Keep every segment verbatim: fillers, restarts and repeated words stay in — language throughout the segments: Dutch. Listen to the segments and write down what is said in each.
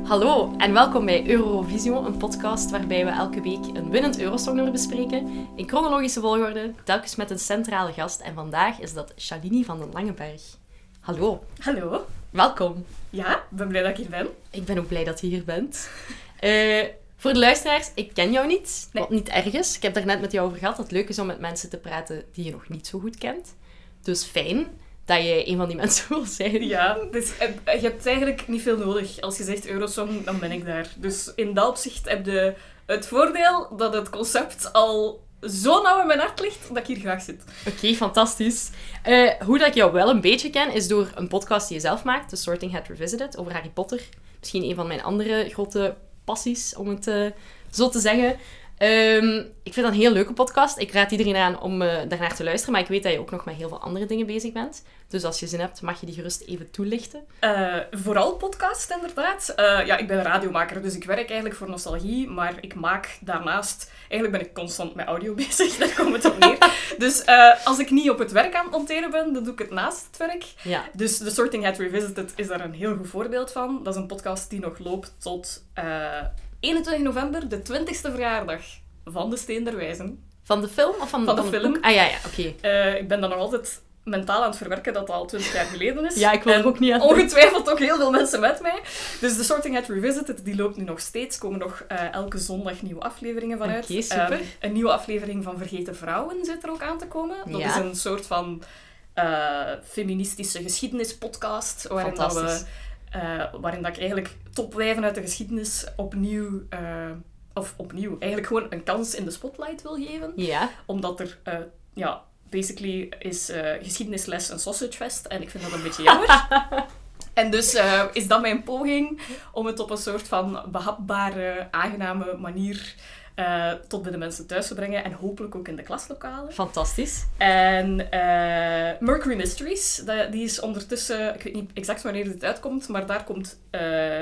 Hallo en welkom bij Eurovision, een podcast waarbij we elke week een winnend Eurosongnummer bespreken, in chronologische volgorde, telkens met een centrale gast. En vandaag is dat Shalini van den Langenberg. Hallo. Hallo. Welkom. Ja, ik ben blij dat ik hier ben. Ik ben ook blij dat je hier bent. Uh, voor de luisteraars, ik ken jou niet, nee. wat niet erg is. Ik heb daar net met jou over gehad dat het leuk is om met mensen te praten die je nog niet zo goed kent. Dus fijn dat je een van die mensen wil zijn. Ja, dus je hebt eigenlijk niet veel nodig. Als je zegt Eurosong, dan ben ik daar. Dus in dat opzicht heb je het voordeel dat het concept al zo nauw in mijn hart ligt, dat ik hier graag zit. Oké, okay, fantastisch. Uh, hoe dat ik jou wel een beetje ken, is door een podcast die je zelf maakt, The Sorting Hat Revisited, over Harry Potter. Misschien een van mijn andere grote passies, om het uh, zo te zeggen. Um, ik vind dat een heel leuke podcast. Ik raad iedereen aan om uh, daarnaar te luisteren, maar ik weet dat je ook nog met heel veel andere dingen bezig bent. Dus als je zin hebt, mag je die gerust even toelichten. Uh, vooral podcast, inderdaad. Uh, ja, ik ben radiomaker, dus ik werk eigenlijk voor Nostalgie, maar ik maak daarnaast... Eigenlijk ben ik constant met audio bezig, daar komt het op neer. Dus uh, als ik niet op het werk aan het monteren ben, dan doe ik het naast het werk. Ja. Dus The Sorting Hat Revisited is daar een heel goed voorbeeld van. Dat is een podcast die nog loopt tot uh, eenentwintig november, de twintigste verjaardag van De Steen der Wijzen. Van de film of van, van de van film? Ah ja, ja, oké. Okay. Uh, ik ben dan nog altijd mentaal aan het verwerken dat dat al twintig jaar geleden is. Ja, ik wil er ook niet aan ongetwijfeld ook heel veel mensen met mij. Dus The Sorting Hat Revisited, die loopt nu nog steeds. Er komen nog uh, elke zondag nieuwe afleveringen vanuit. Oké, super. Um, een nieuwe aflevering van Vergeten Vrouwen zit er ook aan te komen. Dat ja. is een soort van uh, feministische geschiedenispodcast, waarin, dat we, uh, waarin dat ik eigenlijk topwijven uit de geschiedenis opnieuw... Uh, of opnieuw, eigenlijk gewoon een kans in de spotlight wil geven. Ja. Omdat er... Uh, ja, basically is uh, geschiedenisles een sausagefest en ik vind dat een beetje jammer. En dus uh, is dat mijn poging om het op een soort van behapbare, aangename manier uh, tot bij de mensen thuis te brengen en hopelijk ook in de klaslokalen. Fantastisch. En uh, Mercury Mysteries, dat, die is ondertussen, ik weet niet exact wanneer het uitkomt, maar daar komt... Uh,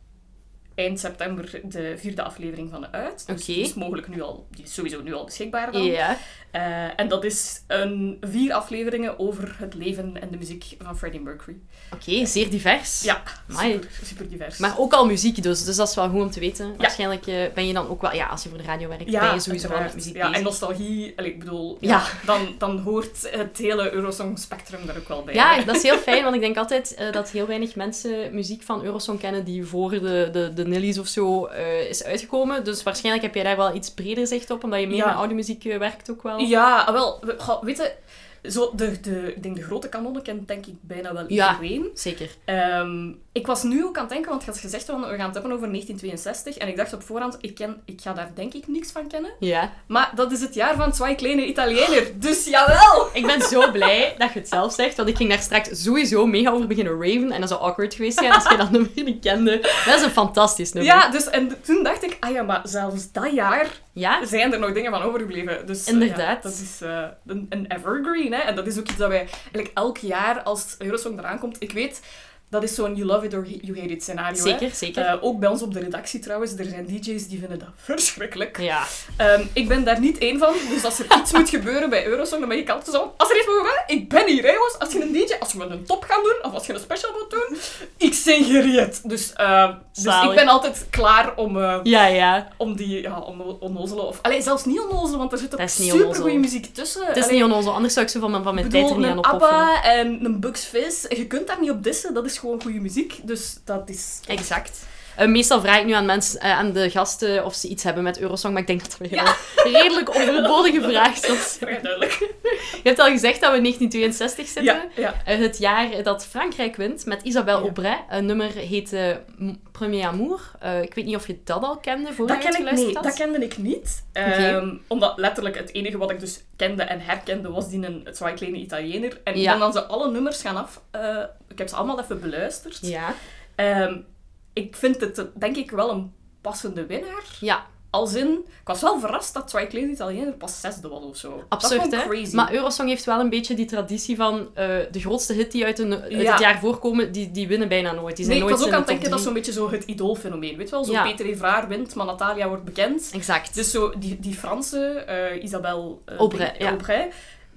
eind september de vierde aflevering van uit. Dus okay. die is mogelijk nu al, die is sowieso nu al beschikbaar dan. Ja. Uh, en dat is een vier afleveringen over het leven en de muziek van Freddie Mercury. Oké, okay, zeer divers. Ja, super, super divers. Maar ook al muziek dus, dus dat is wel goed om te weten. Ja. Waarschijnlijk uh, ben je dan ook wel, ja, als je voor de radio werkt, ja, ben je sowieso wel met muziek ja, bezig. En nostalgie, ik bedoel, ja, ja. Dan, dan hoort het hele Eurosong spectrum daar ook wel bij. Ja, dat is heel fijn, want ik denk altijd uh, dat heel weinig mensen muziek van Eurosong kennen die voor de, de, de Nillies of zo uh, is uitgekomen. Dus waarschijnlijk heb jij daar wel iets breder zicht op, omdat je meer ja. met audiomuziek uh, werkt ook wel. Ja, wel, weet je... Zo, de, de, ik denk de grote kanonnen kent denk ik bijna wel iedereen. Ja, zeker. Um, ik was nu ook aan het denken, want je had gezegd, we gaan het hebben over negentien tweeënzestig. En ik dacht op voorhand, ik, ken, ik ga daar denk ik niks van kennen. Ja. Maar dat is het jaar van Zwei kleine Italiener. Dus jawel! Ik ben zo blij dat je het zelf zegt, want ik ging daar straks sowieso mega over beginnen raven. En dat zou awkward geweest zijn als je dat nummer niet kende. Dat is een fantastisch nummer. Ja, dus en toen dacht ik, ah ja, maar zelfs dat jaar ja? zijn er nog dingen van overgebleven. Dus, inderdaad. Uh, ja, dat is uh, een, een evergreen, hè. En dat is ook iets dat wij eigenlijk elk jaar, als Eurosong eraan komt, ik weet... Dat is zo'n you love it or you hate it scenario. Zeker, hè? zeker. Uh, ook bij ons op de redactie trouwens. Er zijn D J's die vinden dat verschrikkelijk. Ja. Um, ik ben daar niet één van. Dus als er iets moet gebeuren bij Eurosong, dan ben ik altijd zo... Als er iets moet gebeuren, ik ben hier, hè jongens. Als je een D J... Als we een top gaan doen, of als je een special wilt doen, ik zing gereed. Dus, uh, dus ik ben altijd klaar om... Uh, ja, ja. Om die... Ja, om onnozelen. Of... Allee, zelfs niet onnozelen, want er zit ook supergoeie muziek tussen. Het is Allee, niet onnozel. Anders zou ik zo van mijn, van mijn bedoel, tijd er niet aan opofferen. opofferen. Een ABBA en een Bugs Fizz. Je kunt daar niet op dissen. Dat is gewoon goede muziek. Dus dat is... Exact. Uh, meestal vraag ik nu aan, mensen, uh, aan de gasten of ze iets hebben met Eurosong, maar ik denk dat dat ja. een redelijk overbodige vraag is. Vrij duidelijk. Je hebt al gezegd dat we in negentien tweeënzestig zitten. Ja, ja. Uh, het jaar dat Frankrijk wint met Isabelle ja. Aubray. Een nummer heet uh, Premier Amour. Uh, ik weet niet of je dat al kende voor dat je ken ik, nee, had. dat kende ik niet. Okay. Um, omdat letterlijk het enige wat ik dus kende en herkende was die een Zwei kleine Italiener. En ja. ik ben dan ze alle nummers gaan af. Uh, ik heb ze allemaal even beluisterd. Ja. Um, ik vind het denk ik wel een passende winnaar. Ja. Als in... Ik was wel verrast dat Zwei kleine Italiener pas zesde was of zo. Absurd, dat hè? crazy. Maar Eurosong heeft wel een beetje die traditie van uh, de grootste hit die uit, een, uit ja. het jaar voorkomen, die, die winnen bijna nooit. Die zijn nee, nooit ik was ook aan het denken de dat zo'n beetje zo het idoolfenomeen. Weet je wel? Zo ja. Peter Evraar wint, maar Natalia wordt bekend. Exact. Dus zo die, die Franse, uh, Isabelle uh, Aubray, ja. Aubray,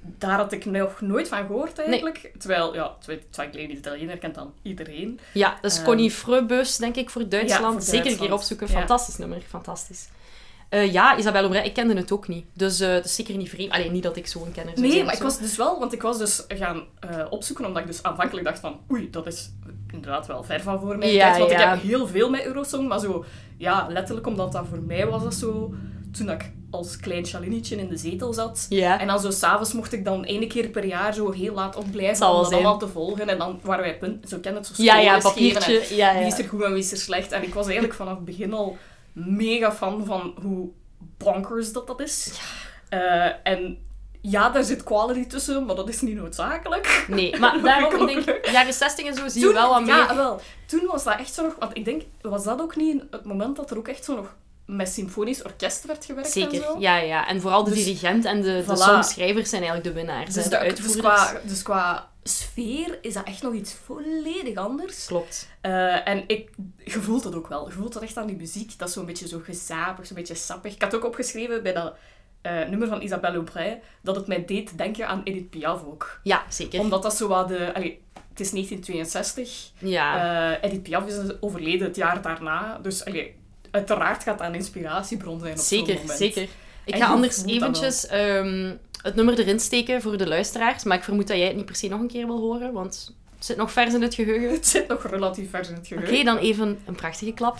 daar had ik nog nooit van gehoord eigenlijk. Nee. Terwijl, ja, Zwei kleine Italiener kent dan iedereen. Ja, dat is um, Connie Freubus, denk ik, voor Duitsland. Ja, voor Zeker Duitsland. Een keer opzoeken. Fantastisch ja. nummer, fantastisch. Uh, ja, Isabelle Aubray, ik kende het ook niet. Dus uh, het is zeker niet vreemd. Alleen niet dat ik zo'n kenner zou Nee, zijn maar zo. ik was dus wel... Want ik was dus gaan uh, opzoeken, omdat ik dus aanvankelijk dacht van... Oei, dat is inderdaad wel ver van voor mij. Ja, tijd, want ja. ik heb heel veel met Eurosong, maar zo... Ja, letterlijk, omdat dat voor mij was dat zo... Toen ik als klein Chalinietje in de zetel zat. Ja. En dan zo s'avonds mocht ik dan één keer per jaar zo heel laat opblijven om dat zijn. allemaal te volgen. En dan waren wij punten... Zo ken het, zo ja, ja, papiertje. En ja, ja. Wie is er goed en wie is er slecht. En ik was eigenlijk vanaf het begin al mega fan van hoe bonkers dat dat is. Ja. Uh, en ja, daar zit quality tussen, maar dat is niet noodzakelijk. Nee, maar daarom, ik denk, jaren zestig en zo zie toen, je wel wat meer... Ja, wel. Toen was dat echt zo nog... Want ik denk, was dat ook niet het moment dat er ook echt zo nog met symfonisch orkest werd gewerkt Zeker, en zo? ja, ja. En vooral de dus, dirigent en de, voilà. de songschrijvers zijn eigenlijk de winnaars. Dus, de, de, de uitvoerders. Dus qua, dus qua sfeer is dat echt nog iets volledig anders. Klopt. Uh, en ik, je voelt het ook wel. Je voelt dat echt aan die muziek. Dat is zo'n beetje zo gezapig, zo'n beetje sappig. Ik had ook opgeschreven bij dat uh, nummer van Isabelle Aubray dat het mij deed denken aan Edith Piaf ook. Ja, zeker. Omdat dat zo wat de... Allee, het is negentien tweeënzestig. Ja. Uh, Edith Piaf is overleden het jaar daarna. Dus allee, uiteraard gaat dat een inspiratiebron zijn op zeker, zo'n moment. Zeker, zeker. Ik ga anders eventjes um, het nummer erin steken voor de luisteraars. Maar ik vermoed dat jij het niet per se nog een keer wil horen, want het zit nog vers in het geheugen. Het zit nog relatief vers in het geheugen. Oké, okay, dan even een prachtige klap.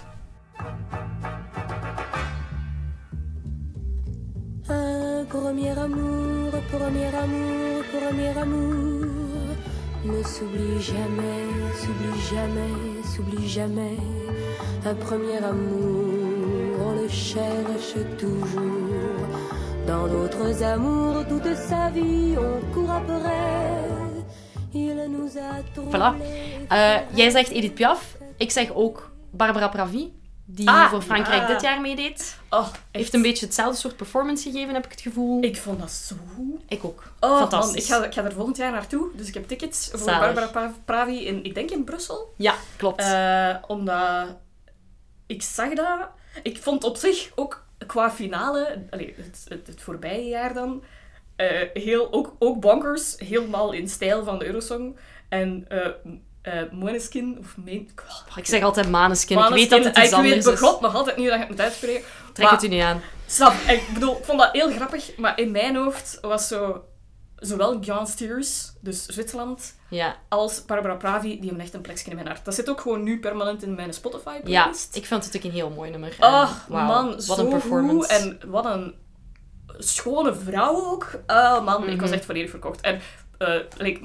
Un premier amour, premier amour, premier amour. Ne s'oublie jamais, s'oublie jamais, s'oublie jamais. Un premier amour, on le cherche toujours. Dans d'autres amours, toute sa vie, on court après. Il nous a Voilà. Uh, jij zegt Edith Piaf. Ik zeg ook Barbara Pravi, die ah, voor Frankrijk ja. dit jaar meedeed. Oh, heeft een beetje hetzelfde soort performance gegeven, heb ik het gevoel. Ik vond dat zo goed. Ik ook. Oh, fantastisch. Man, ik, ga, ik ga er volgend jaar naartoe. Dus ik heb tickets voor Zalig. Barbara Pravi in, ik denk in Brussel. Ja, klopt. Uh, omdat ik zag dat... Ik vond op zich ook qua finale, allez, het, het, het voorbije jaar dan, uh, heel, ook, ook bonkers, helemaal in stijl van de Eurosong. En uh, uh, Måneskin, of Main... Oh, ik zeg altijd Måneskin. Måneskin. Ik weet dat het iets ik anders weet, is. Ik weet nog altijd niet dat je het moet uitspreken. Trek het u niet aan. Snap, ik bedoel, ik vond dat heel grappig, maar in mijn hoofd was zo... Zowel Jan Steers, dus Zwitserland, ja. als Barbara Pravi, die hebben echt een plekje in mijn hart. Dat zit ook gewoon nu permanent in mijn Spotify-playlist. Ja, ik vind het ook een heel mooi nummer. Oh, wow, man, wat zo een performance. goed. En wat een schone vrouw ook. Oh man, mm-hmm. Ik was echt volledig verkocht. En uh, like,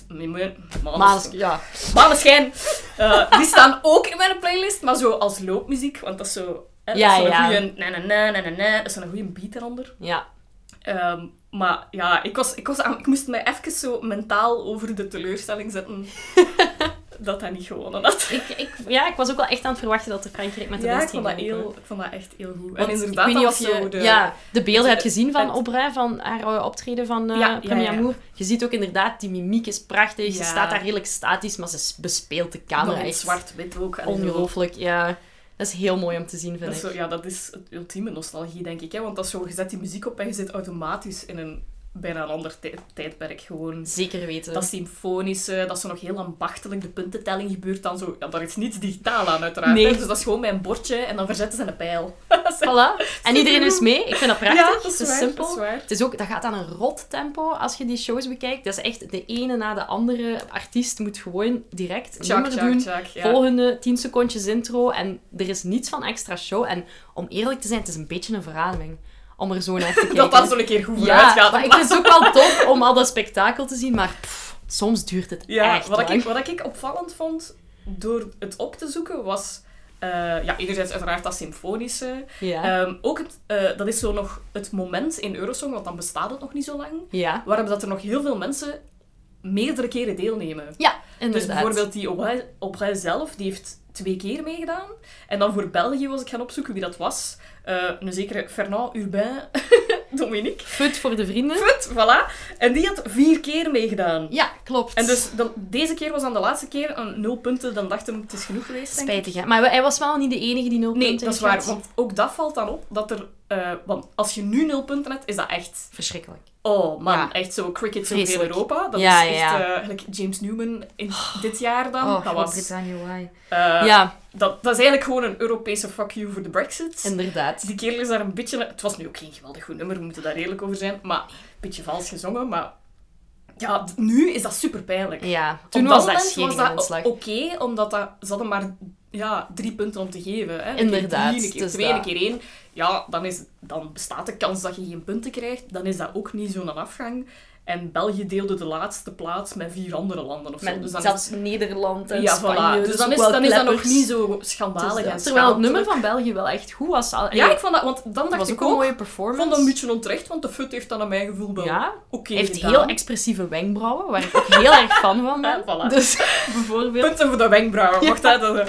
Måneskin, ja. Måneskin, uh, die staan ook in mijn playlist, maar zo als loopmuziek, want dat is zo... Hè, ja, dat is zo'n ja. goeie na na na na na na, dat is een goede beat eronder. Ja. Um, maar ja, ik, was, ik, was aan, ik moest mij even zo mentaal over de teleurstelling zetten dat hij niet gewonnen had. Ik, ik, ja, ik was ook wel echt aan het verwachten dat de Frankrijk met de ja, winst ging Ja, ik vond dat echt heel goed. Want en inderdaad, ik weet niet of je de, de, ja, de beelden de, heb je gezien van het, Aubray, van haar uh, optreden van uh, ja, Premier ja, ja. Amour. Je ziet ook inderdaad, die mimiek is prachtig. Ja. Ze staat daar redelijk statisch, maar ze bespeelt de camera echt echt. zwart-wit ook. Ongelooflijk, ja. Dat is heel mooi om te zien, vind dat ik. Zo, ja, dat is het ultieme nostalgie, denk ik. Hè? Want dat is zo, je zet die muziek op en je zit automatisch in een bijna een ander tij- tijdperk gewoon. Zeker weten. Dat symfonische, dat zo nog heel ambachtelijk, de puntentelling gebeurt dan zo... Ja, daar is niets digitaal aan, uiteraard. Nee. Hè? Dus dat is gewoon mijn bordje en dan verzetten ze een pijl. Voilà. En iedereen is mee. Ik vind dat prachtig. Ja, dat is, het is waar, simpel. Dat is waar. Het is ook, dat gaat aan een rot tempo als je die shows bekijkt. Dat is echt de ene na de andere artiest moet gewoon direct een Tjak, nummer tjak, doen. tjak, ja. Volgende tien secondjes intro. En er is niets van extra show. En om eerlijk te zijn, het is een beetje een verademing. Om er zo naar te kijken. Dat dat zo een keer goed vooruit ja, gaat. Maar ik vind het ook wel tof om al dat spektakel te zien. Maar pff, soms duurt het ja, echt wat lang. Ik, wat ik opvallend vond door het op te zoeken was... Uh, ja, enerzijds uiteraard dat symfonische. Ja. Um, ook het, uh, dat is zo nog het moment in Eurosong, want dan bestaat het nog niet zo lang. Ja. Waarop dat er nog heel veel mensen meerdere keren deelnemen. Ja, inderdaad. Dus bijvoorbeeld die Aubray, Aubray zelf, die heeft twee keer meegedaan. En dan voor België was ik gaan opzoeken wie dat was. Uh, een zekere Fernand Urbain Dominique. Fut voor de vrienden. Fut, voilà. En die had vier keer meegedaan. Ja, klopt. En dus dan, deze keer was dan de laatste keer een nul punten. Dan dacht hij, het is genoeg geweest, denk Spijtig, hè. Maar hij was wel niet de enige die nul nee, punten heeft. Nee, dat is waar. Want ook dat valt dan op. Dat er, uh, want als je nu nul punten hebt, is dat echt... Verschrikkelijk. Oh man, Ja. echt zo crickets over heel Vreselijk. Europa. Dat Ja, is echt ja, ja. eh, gelijk James Newman in dit jaar dan. Oh, dat was... Groot-Brittannië, why? eh, ja, dat, dat is eigenlijk gewoon een Europese fuck you voor de Brexit. inderdaad. Die kerel is daar een beetje... Het was nu ook geen geweldig goed nummer, we moeten daar eerlijk over zijn. Maar een beetje vals gezongen, maar... Ja, d- nu is dat super pijnlijk. Ja, toen Op was dat daar moment schering was en dat inslag. oké, omdat dat, ze hadden maar ja, drie punten om te geven. Hè. Een Inderdaad, keer drie, een keer dus twee, dat. een keer één. Ja, dan, is, dan bestaat de kans dat je geen punten krijgt. Dan is dat ook niet zo'n afgang. En België deelde de laatste plaats met vier andere landen of zo. Met Dus dan zelfs is, Nederland en ja, Spanje. voilà. Dus dan ook is, wel dan is dat nog kleppers. niet zo Dus schandalig dat. en Terwijl het nummer schaamtelijk. van België wel echt goed was. Al- Ja, ik vond dat... Want dan dat dacht was ik ook een ook... mooie Ik performance. vond dat een beetje onterecht, want de fut heeft dan naar mijn gevoel wel Ja, oké hij heeft gedaan. heel expressieve wenkbrauwen, waar ik ook heel erg fan van ben. Ja, voilà. Dus bijvoorbeeld... Punten voor de wenkbrauwen, mocht dat... dat-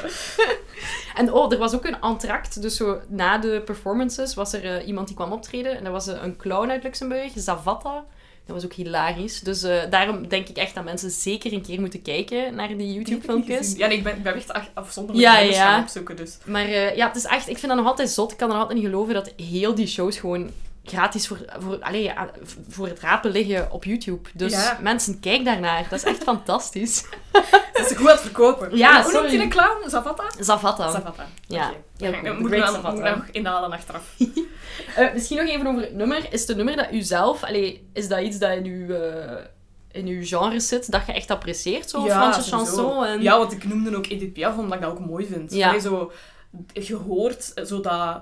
En oh, er was ook een entracte. Dus zo na de performances was er uh, iemand die kwam optreden. En dat was uh, een clown uit Luxemburg, Zavatta. Dat was ook hilarisch. Dus uh, daarom denk ik echt dat mensen zeker een keer moeten kijken naar die YouTube-filmpjes. Ja, nee, ik ben, ik ben echt af- afzonderlijk Ja, nummers ja. gaan opzoeken, dus... Maar uh, ja, het is echt... Ik vind dat nog altijd zot. Ik kan er nog altijd niet geloven dat heel die shows gewoon gratis voor, voor, allez, ja, voor het rapen liggen op YouTube. Dus Ja. mensen, kijk daarnaar. Dat is echt fantastisch. Dat is goed aan het verkopen. Ja, Hoe noemt sorry. je een clown? Zavatta? Zavatta. Zavatta. Ja, Oké. heel Dan cool. moet The ik Great nog- moet ik Zavatta. nog inhalen achteraf. Uh, misschien nog even over het nummer. Is het nummer dat u zelf... Allee, is dat iets dat in uw, uh, in uw genre zit, dat je echt apprecieert? Zo, Franse sowieso. chanson? En... Ja, want ik noemde ook Edith Piaf, omdat ik dat ook mooi vind. Ja. Allee, zo, je hoort zo dat...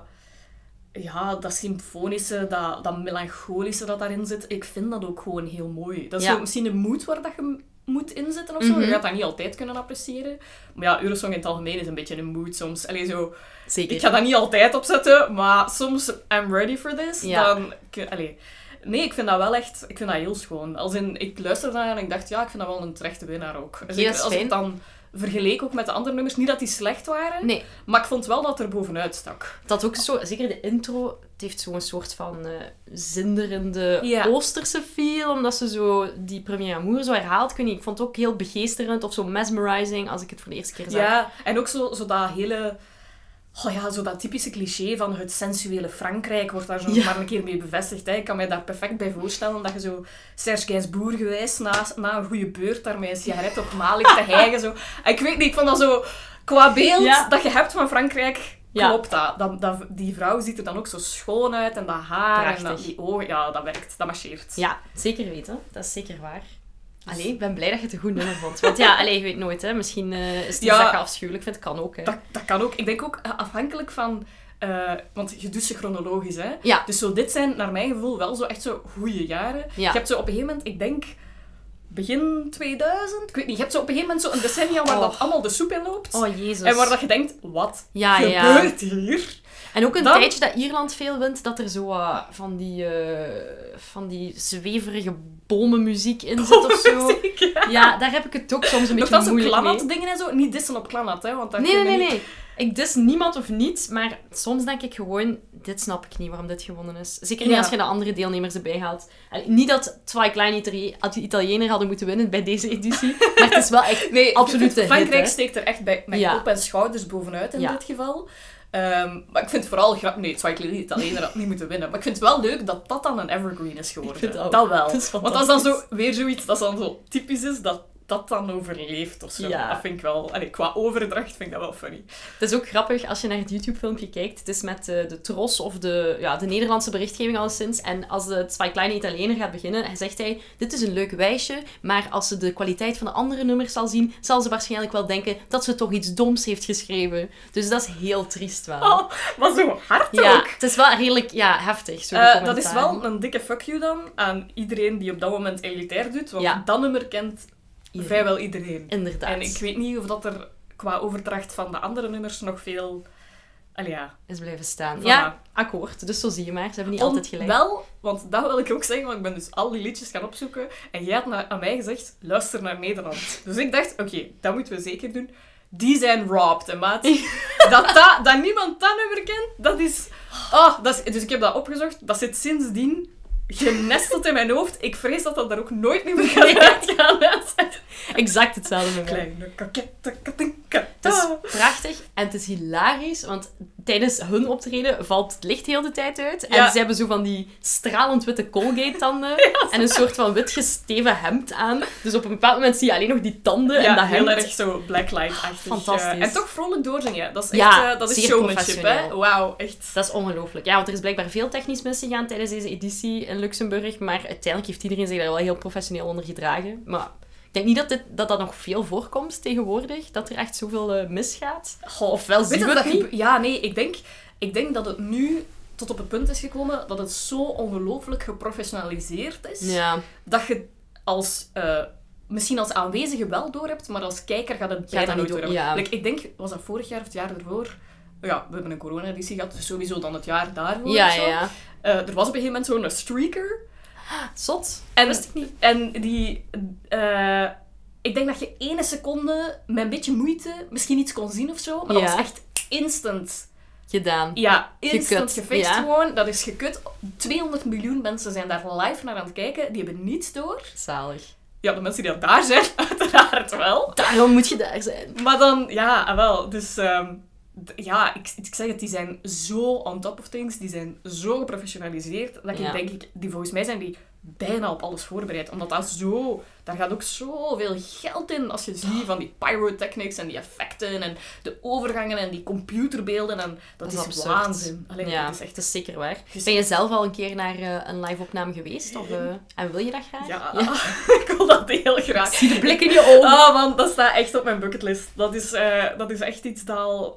Ja, dat symfonische, dat, dat melancholische dat daarin zit. Ik vind dat ook gewoon heel mooi. Dat is Ja. zo misschien een mood waar dat je moet inzetten of zo. Mhm. Je gaat dat niet altijd kunnen appreciëren. Maar ja, Eurosong in het algemeen is een beetje een mood soms. Allee, zo... Zeker. Ik ga dat niet altijd opzetten, maar soms I'm ready for this. Ja. Dan, allee. Nee, ik vind dat wel echt... Ik vind dat heel schoon. Als in, ik luisterde naar en ik dacht, ja, ik vind dat wel een terechte winnaar ook. Dus Ja, ik, dat is als fijn. ik dan vergeleek ook met de andere nummers, niet dat die slecht waren, Nee, maar ik vond wel dat er bovenuit stak. dat ook zo... Zeker de intro, het heeft zo'n soort van uh, zinderende Ja. Oosterse feel, omdat ze zo die Premier Amour zo herhaalt. Ik weet niet, ik vond het ook heel begeesterend of zo mesmerizing als ik het voor de eerste keer zag. Ja, en ook zo, zo dat hele... Oh ja, zo dat typische cliché van het sensuele Frankrijk wordt daar zo Ja. maar een keer mee bevestigd. Hè. Ik kan mij daar perfect bij voorstellen dat je zo Serge Gainsbourg gewijs na, na een goede beurt daar met een sigaret op maal ligt te hijgen. Zo. En ik weet niet, ik vond dat zo... Qua beeld Ja. dat je hebt van Frankrijk, Ja. klopt dat. dat, dat. Die vrouw ziet er dan ook zo schoon uit en dat haar en dat, Prachtig. die ogen. Ja, dat werkt. Dat marcheert. Ja, zeker weten. Dat is zeker waar. Allee, ik ben blij dat je het een goed nummer vond. Want ja, allee, je weet nooit, hè. Misschien uh, is het iets Ja. dat je afschuwelijk vindt. Kan ook, hè. Dat, dat kan ook. Ik denk ook eh, afhankelijk van... eh, want je doet ze chronologisch, hè. Ja. Dus zo, dit zijn, naar mijn gevoel, wel zo echt zo goede jaren. Ja. Je hebt zo op een gegeven moment, ik denk... Begin tweeduizend? Ik weet niet. Je hebt zo op een gegeven moment zo een decennia waar Oh. dat allemaal de soep in loopt. Oh, jezus. En waar dat je denkt, wat Ja, ja. gebeurt hier? En ook een Dan- tijdje dat Ierland veel wint, dat er zo uh, van, die, uh, van die zweverige bomenmuziek in zit of zo. Muziek, ja. Ja, daar heb ik het ook soms een Nog beetje dat zo moeilijk mee. Klannat dingen en zo. Niet dissen op Klannat, hè. Want dat Nee, nee, kun je nee, niet- nee. Ik dis niemand of niet, maar soms denk ik gewoon, dit snap ik niet waarom dit gewonnen is. Zeker niet Ja. als je de andere deelnemers erbij haalt. Allee, niet dat Zwei Kleine Itali- Italiener hadden moeten winnen bij deze editie, maar het is wel echt Nee, absoluut ik vind de hit, Frankrijk hè. steekt er echt bij, met Ja. kop en schouders bovenuit in Ja. dit geval. Ehm, maar ik vind het vooral grappig... Nee, het zou ik niet Italiener had niet moeten winnen. Maar ik vind het wel leuk dat dat dan een evergreen is geworden. Ik vind het ook. wel. Het is Want dat is dan zo, fantastisch. weer zoiets dat dan zo typisch is, dat dat dan overleeft of zo. Ja. Dat vind ik wel... Allee, qua overdracht vind ik dat wel funny. Het is ook grappig als je naar het YouTube-filmpje kijkt. Het is met uh, de Tros of de, ja, de Nederlandse berichtgeving alleszins. En als de Zwei Kleine Italiener gaat beginnen, zegt hij: dit is een leuk wijsje, maar als ze de kwaliteit van de andere nummers zal zien, zal ze waarschijnlijk wel denken dat ze toch iets doms heeft geschreven. Dus dat is heel triest wel. Oh, maar zo hard ja, ook. het is wel redelijk ja, heftig. Zo de Eh, dat is commentaren. wel een dikke fuck you dan aan iedereen die op dat moment elitair doet. Want Ja. dat nummer kent Iedereen. vrijwel iedereen. Inderdaad. En ik weet niet of dat er qua overdracht van de andere nummers nog veel... Allee, ja. Is blijven staan. Voilà. Ja, akkoord. Dus zo zie je maar. Ze hebben niet Om- altijd gelijk. Wel, want dat wil ik ook zeggen, want ik ben dus al die liedjes gaan opzoeken. En jij had na- aan mij gezegd, luister naar Nederland. Dus ik dacht, oké, dat moeten we zeker doen. Die zijn robbed, hè, maat. dat, dat, dat niemand dat nummer kent, dat is... Oh, dat is... Dus ik heb dat opgezocht. Dat zit sindsdien genesteld in mijn hoofd. Ik vrees dat dat daar ook nooit meer gaat uitgaan. Exact hetzelfde nummer. Kleine kakette, katinka. Het is prachtig en het is hilarisch, want tijdens hun optreden valt het licht heel de tijd uit. En Ja. ze hebben zo van die stralend witte Colgate-tanden. Ja, en een soort van wit gesteven hemd aan. Dus op een bepaald moment zie je alleen nog die tanden Ja, en dat heel hemd. erg zo blacklight-achtig. Fantastisch. Uh, en toch vrolijk doorzingen. Dat is echt Ja, uh, dat is zeer showmanship, hè. professioneel. Wauw, echt. Dat is ongelooflijk. Ja, want er is blijkbaar veel technisch misgegaan tijdens deze editie in Luxemburg. Maar uiteindelijk heeft iedereen zich daar wel heel professioneel onder gedragen. Maar ik denk niet dat dit, dat, dat nog veel voorkomt tegenwoordig. Dat er echt zoveel uh, misgaat. Goh, Ofwel weet zien je we wat het dat niet. gebe- Ja, nee, ik denk, ik denk dat het nu tot op het punt is gekomen dat het zo ongelooflijk geprofessionaliseerd is, Ja, dat je als... Uh, misschien als aanwezige wel door hebt, maar als kijker gaat het bijna dat nooit niet door door, hebben. ja. Like, ik denk, was dat vorig jaar of het jaar ervoor? Ja, we hebben een corona-editie gehad, dus sowieso dan het jaar daarvoor ja, of zo. ja. ja. Uh, er was op een gegeven moment zo'n streaker. Zot. En, Wist ik niet. En die... Uh, ik denk dat je ene seconde met een beetje moeite misschien iets kon zien of zo, maar dat Ja. was echt instant. Gedaan. Ja, instant Gekut, gefixt ja. gewoon. Dat is gekut. tweehonderd miljoen mensen zijn daar live naar aan het kijken. Die hebben niets door. Zalig. Ja, de mensen die al daar zijn, uiteraard wel. Daarom moet je daar zijn. Maar dan, ja, ah, wel. Dus um, d- ja, ik, ik zeg het, die zijn zo on top of things. Die zijn zo geprofessionaliseerd. Dat Ja. ik denk, ik, die volgens mij zijn die bijna op alles voorbereid. Omdat dat zo... Daar gaat ook zoveel geld in. Als je ziet van die pyrotechnics en die effecten en de overgangen en die computerbeelden. En dat, Dat is, is absurd. waanzin. Allee, Ja, dat is echt... dat is zeker waar. Dus- Ben je zelf al een keer naar uh, een live-opname geweest? Of, uh, en wil je dat graag? Ja, ik wil dat heel graag. Ik zie de blik in je ogen. Oh man, dat staat echt op mijn bucketlist. Dat is, uh, dat is echt iets dat al...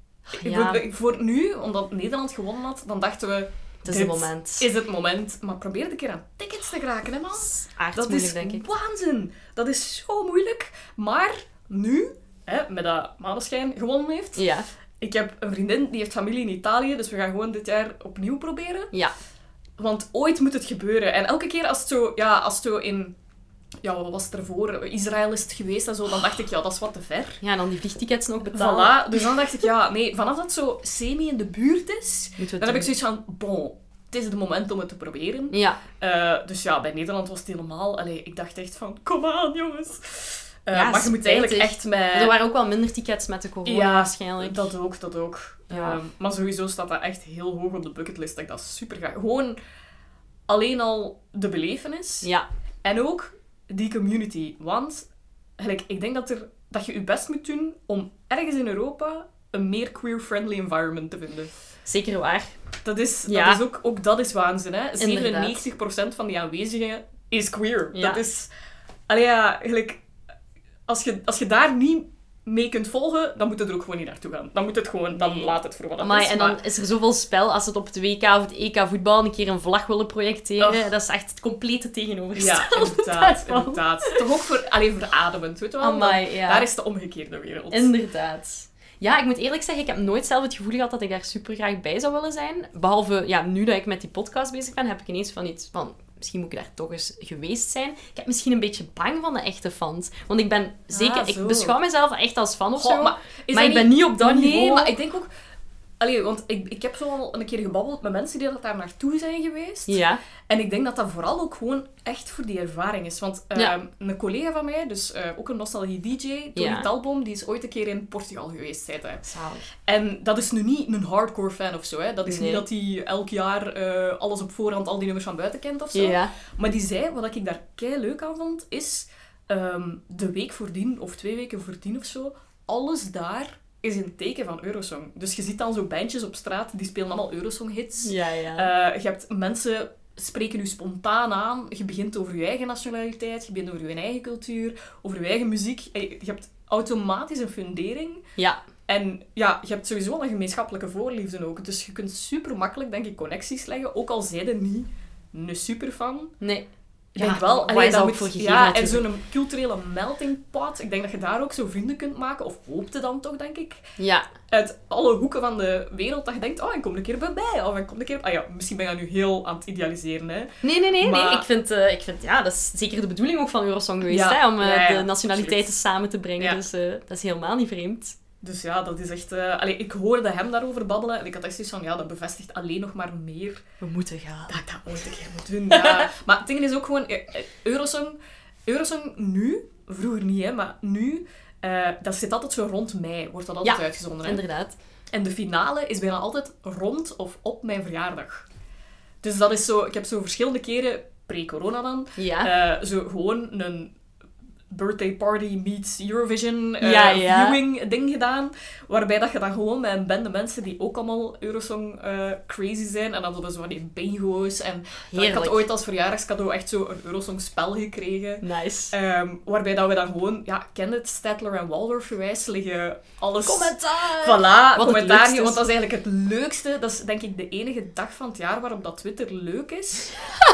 Ja. Voor, voor nu, omdat Nederland gewonnen had, dan dachten we... Het is het moment. is het moment. Maar probeer een keer aan tickets te geraken, hè man. Dat Aardsmoeilijk, is denk ik. waanzin. Dat is zo moeilijk. Maar nu, hè, met dat Maneschijn gewonnen heeft... Ja. Ik heb een vriendin, die heeft familie in Italië, dus we gaan gewoon dit jaar opnieuw proberen. Ja. Want ooit moet het gebeuren. En elke keer als het zo, ja, als het zo in... Ja, wat was het ervoor? Israël is het geweest en zo. Dan dacht ik, ja, dat is wat te ver. Ja, en dan die vliegtickets nog betalen. Voilà. Dus dan dacht ik, ja, nee, vanaf dat het zo semi in de buurt is, Moeten we dan het heb ik doen. zoiets van, bon, het is het moment om het te proberen. Ja. Uh, dus ja, bij Nederland was het helemaal... Allee, ik dacht echt van, kom aan, jongens. Uh, Ja, maar je moet spijtig. eigenlijk echt met... Er waren ook wel minder tickets met de corona Ja, waarschijnlijk. dat ook, dat ook. Ja. Um, maar sowieso staat dat echt heel hoog op de bucketlist. Dat ik dat super graag... Gewoon alleen al de belevenis. Ja. En ook die community. Want gelijk, ik denk dat, er, dat je je best moet doen om ergens in Europa een meer queer-friendly environment te vinden. Zeker waar. Dat is, Ja. dat is ook, ook dat is waanzin, hè. Inderdaad. zevenennegentig procent van die aanwezigen is queer. Ja. Dat is... Allee, ja, gelijk... Als je, als je daar niet mee kunt volgen, dan moet je er ook gewoon niet naartoe gaan. Dan moet het gewoon... Dan Nee. laat het voor wat het Amai, is. en dan maar- is er zoveel spel als ze het op het W K of het E K voetbal een keer een vlag willen projecteren. Och. Dat is echt het complete tegenovergestelde. Ja, inderdaad, daarvan. inderdaad. Toch ook voor, alleen verademend, weet je wel? Amai, Dan- ja. Daar is de omgekeerde wereld. Inderdaad. Ja, ik moet eerlijk zeggen, ik heb nooit zelf het gevoel gehad dat ik daar super graag bij zou willen zijn. Behalve, ja, nu dat ik met die podcast bezig ben, heb ik ineens van iets van... Misschien moet ik daar toch eens geweest zijn. Ik heb misschien een beetje bang van de echte fans. Want ik ben zeker... Ah, zo. ik beschouw mezelf echt als fan of Goh, zo. maar is maar dat ik ben niet op dat nee, niveau. maar ik denk ook... Allee, want ik, ik heb zo al een keer gebabbeld met mensen die dat daar naartoe zijn geweest. Ja. En ik denk dat dat vooral ook gewoon echt voor die ervaring is. Want uh, Ja. een collega van mij, dus uh, ook een nostalgie-D J, Tony Ja. Talboom, die is ooit een keer in Portugal geweest, zei hij. Zalig. En dat is nu niet een hardcore fan of zo. Hè. Dat is Nee. niet dat hij elk jaar uh, alles op voorhand, al die nummers van buiten kent of zo. Ja. Maar die zei, wat ik daar kei leuk aan vond, is um, de week voordien, of twee weken voordien of zo, alles daar is in het teken van Eurosong. Dus je ziet dan zo bandjes op straat, die spelen allemaal Eurosong-hits. Ja, ja. Uh, je hebt mensen spreken je spontaan aan. Je begint over je eigen nationaliteit, je begint over je eigen cultuur, over je eigen muziek. Je hebt automatisch een fundering. Ja. En ja, je hebt sowieso een gemeenschappelijke voorliefde ook. Dus je kunt super makkelijk, denk ik, connecties leggen. Ook al zij er niet een superfan. Nee. Ik Ja, denk wel, wat allee, is dat dat moet, ook voor gegeven ja, en natuurlijk. zo'n culturele melting pot. Ik denk dat je daar ook zo vrienden kunt maken. Of hoopte dan toch, denk ik. Ja. Uit alle hoeken van de wereld. Dat je denkt, oh, ik kom een keer bij mij. Of ik kom een keer... Ah ja, misschien ben je dat nu heel aan het idealiseren, hè. Nee, nee, nee. Maar- nee. Ik, vind, uh, ik vind, ja, dat is zeker de bedoeling ook van Eurosong geweest, Ja, hè, om uh, ja, ja, de nationaliteiten absoluut. samen te brengen. Ja. Dus uh, dat is helemaal niet vreemd. Dus ja, dat is echt... Uh... Allee, ik hoorde hem daarover babbelen. En ik had echt zoiets van, ja, dat bevestigt alleen nog maar meer We moeten gaan. dat ik dat ooit een keer moet doen. Ja. Maar het ding is ook gewoon... eh, eh, Eurosong... Eurosong nu... Vroeger niet, hè. Maar nu Uh, dat zit altijd zo rond mei, wordt dat altijd ja, uitgezonden. Hè? Inderdaad. En de finale is bijna altijd rond of op mijn verjaardag. Dus dat is zo... Ik heb zo verschillende keren, pre-corona dan, ja. uh, zo gewoon een birthday party meets Eurovision uh, ja, ja. viewing ding gedaan. Waarbij dat je dan gewoon met een bende mensen die ook allemaal Eurosong uh, crazy zijn. En dan hadden we zo van die bingo's. En dan, ik had ooit als verjaardagscadeau echt zo een Eurosong spel gekregen. Nice. Um, waarbij dat we dan gewoon, ja, ken het, Stadler en Waldorf gewijs liggen alles... Commentaar! Voilà, Wat commentaar. Want dat is eigenlijk het leukste. Dat is denk ik de enige dag van het jaar waarop dat Twitter leuk is.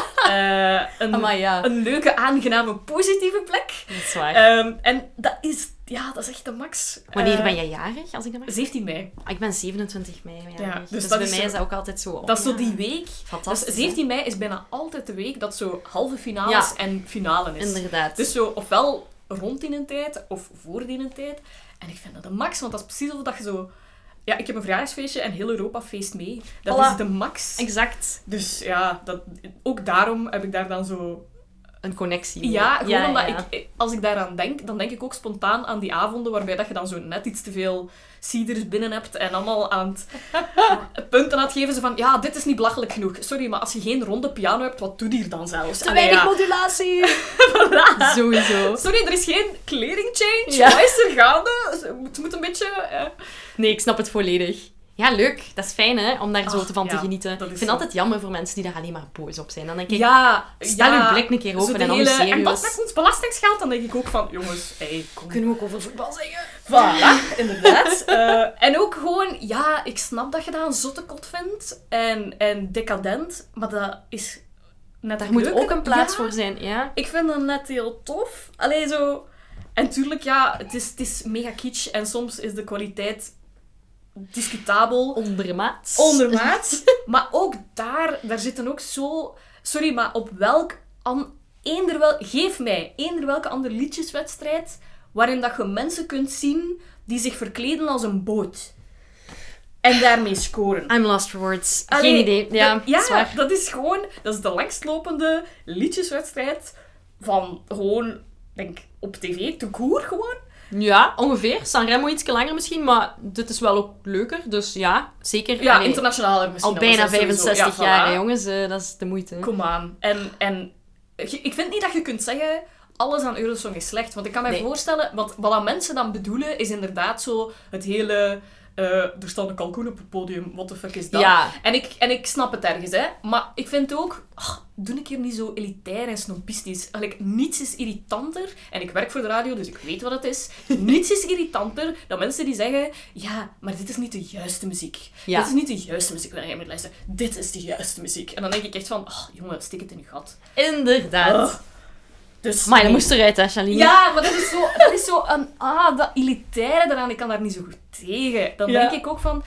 Uh, een, Amai, ja. een leuke, aangename, positieve plek. Dat is waar. Um, en dat is, ja, dat is echt de max. Wanneer uh, ben jij jarig, als ik dat mag? zeventien mei. Ah, ik ben zevenentwintig mei jarig. Ja, dus dus dus dat bij is mij zo, is dat ook altijd zo... Dat is zo die week. Fantastisch. Dus zeventien mei is bijna altijd de week dat zo halve finales ja. en finale is. Inderdaad. Dus zo, ofwel rond die tijd, of voor die tijd. En ik vind dat de max, want dat is precies of dat je zo... Ja, ik heb een verjaardagsfeestje en heel Europa feest mee. Dat Voilà. is de max. Exact. Dus ja, dat, ook daarom heb ik daar dan zo... Een connectie. Ja, gewoon ja, omdat ja. ik... Als ik daaraan denk, dan denk ik ook spontaan aan die avonden waarbij dat je dan zo net iets te veel ciders binnen hebt en allemaal aan het punten aan het geven. Zo van, ja, dit is niet belachelijk genoeg. Sorry, maar als je geen ronde piano hebt, wat doe je hier dan zelfs? Te Allee, weinig ja. modulatie! Voilà. Sowieso. Sorry, er is geen clearing change. Ja. Wat is er gaande? Het moet een beetje... Ja. Nee, ik snap het volledig. Ja, leuk. Dat is fijn, hè, om daar Ach, zo van ja, te genieten. dat Ik is vind het zo. altijd jammer voor mensen die daar alleen maar boos op zijn. Dan denk ik, Ja, stel ja, je blik een keer zo open de en dan hele... serieus. En wat met ons belastingsgeld? Dan denk ik ook van, jongens, hey, kom. Kunnen we ook over voetbal zeggen? Voilà, inderdaad. Uh, en ook gewoon, ja, ik snap dat je dat een zotte kot vindt. En, en decadent, maar dat is net Daar moet leuker. ook een plaats Ja, voor zijn, ja. Ik vind dat net heel tof. Allee, zo... En tuurlijk, ja, het is, het is mega kitsch. En soms is de kwaliteit discutabel. Ondermaats. Ondermaat. Maar ook daar, daar zitten ook zo... Sorry, maar op welk... An, eender wel, geef mij eender welke andere liedjeswedstrijd waarin dat je mensen kunt zien die zich verkleden als een boot. En daarmee scoren. I'm lost for words. Allee, Geen idee. Ja, dat, ja zwaar. dat is gewoon... Dat is de langstlopende liedjeswedstrijd van gewoon, denk op tv, te koer gewoon. Ja, ongeveer. Sanremo iets langer misschien, maar dit is wel ook leuker. Dus ja, zeker. Ja, Allee, internationaler misschien. al nog, bijna dat sowieso. vijfenzestig Ja, jaar, voilà. hè, jongens. Uh, dat is de moeite. Kom aan. En, en je- ik vind niet dat je kunt zeggen, alles aan Eurosong is slecht. Want ik kan me Nee. voorstellen, wat, wat aan mensen dan bedoelen, is inderdaad zo het hele... eh, er staat een kalkoen op het podium, what the fuck is dat? Ja. En ik, en ik snap het ergens, hè. Maar ik vind ook, ach, doe een keer niet zo elitair en snobistisch. Allee, niets is irritanter, en ik werk voor de radio, dus ik weet wat het is. Niets is irritanter dan mensen die zeggen, ja, maar dit is niet de juiste muziek. Ja. Dit is niet de juiste muziek waar jij moet luisteren. Dit is de juiste muziek. En dan denk ik echt van, ach, jongen, stik het in je gat. Inderdaad. Ugh. Dus, Maar dat nee. moest eruit, hè, Shaline? Ja, maar dat is zo, dat is zo een, ah, dat elitaire eraan, ik kan daar niet zo goed tegen. Dan Ja. denk ik ook van,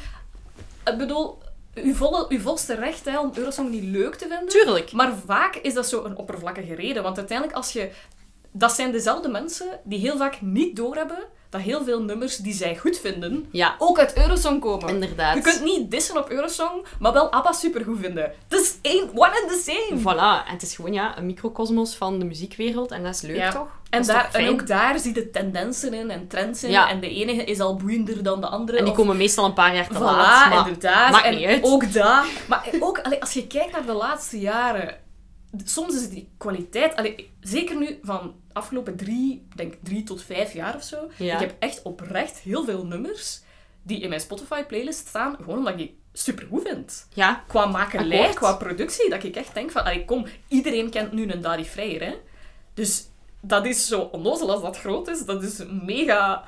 ik bedoel, uw, volle, uw volste recht hè, om Eurosong niet leuk te vinden. Tuurlijk. Maar vaak is dat zo een oppervlakkige reden. Want uiteindelijk, als je... Dat zijn dezelfde mensen die heel vaak niet doorhebben dat heel veel nummers die zij goed vinden, Ja, ook uit Eurosong komen. inderdaad. Je kunt niet dissen op Eurosong, maar wel ABBA supergoed vinden. Dat is één, one and the same. Voilà. En het is gewoon ja, een microcosmos van de muziekwereld. En dat is leuk, Ja. toch? En, Dat is daar, toch fijn? en ook daar zie je tendensen in en trends in. Ja. En de ene is al boeiender dan de andere. En die of- komen meestal een paar jaar te Voilà, laat. Maar inderdaad. maakt en niet uit. ook dat. Maar ook, allee, als je kijkt naar de laatste jaren, soms is die kwaliteit, allee, zeker nu van de afgelopen drie, denk drie tot vijf jaar of zo, Ja. ik heb echt oprecht heel veel nummers die in mijn Spotify-playlist staan, gewoon omdat ik die supergoed vind. Ja, Qua makelij, Akkoord. qua productie, dat ik echt denk van, allee, kom, iedereen kent nu een Daddy Freyer, hè. Dus dat is zo onnozel als dat groot is, dat is een mega,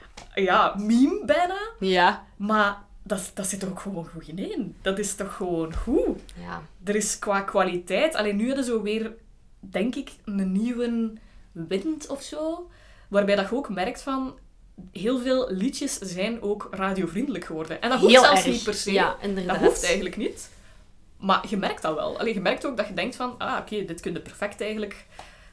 ja, meme bijna. ja, Maar dat, dat zit er ook gewoon goed in. Dat is toch gewoon goed. ja. Er is qua kwaliteit... Alleen nu hadden ze zo weer, denk ik, een nieuwe wind of zo. Waarbij dat je ook merkt van... Heel veel liedjes zijn ook radiovriendelijk geworden. En dat hoeft Heel zelfs erg. niet per se. Ja, Dat inderdaad. hoeft eigenlijk niet. Maar je merkt dat wel. Allee, je merkt ook dat je denkt van... Ah, oké, dit kun je perfect eigenlijk...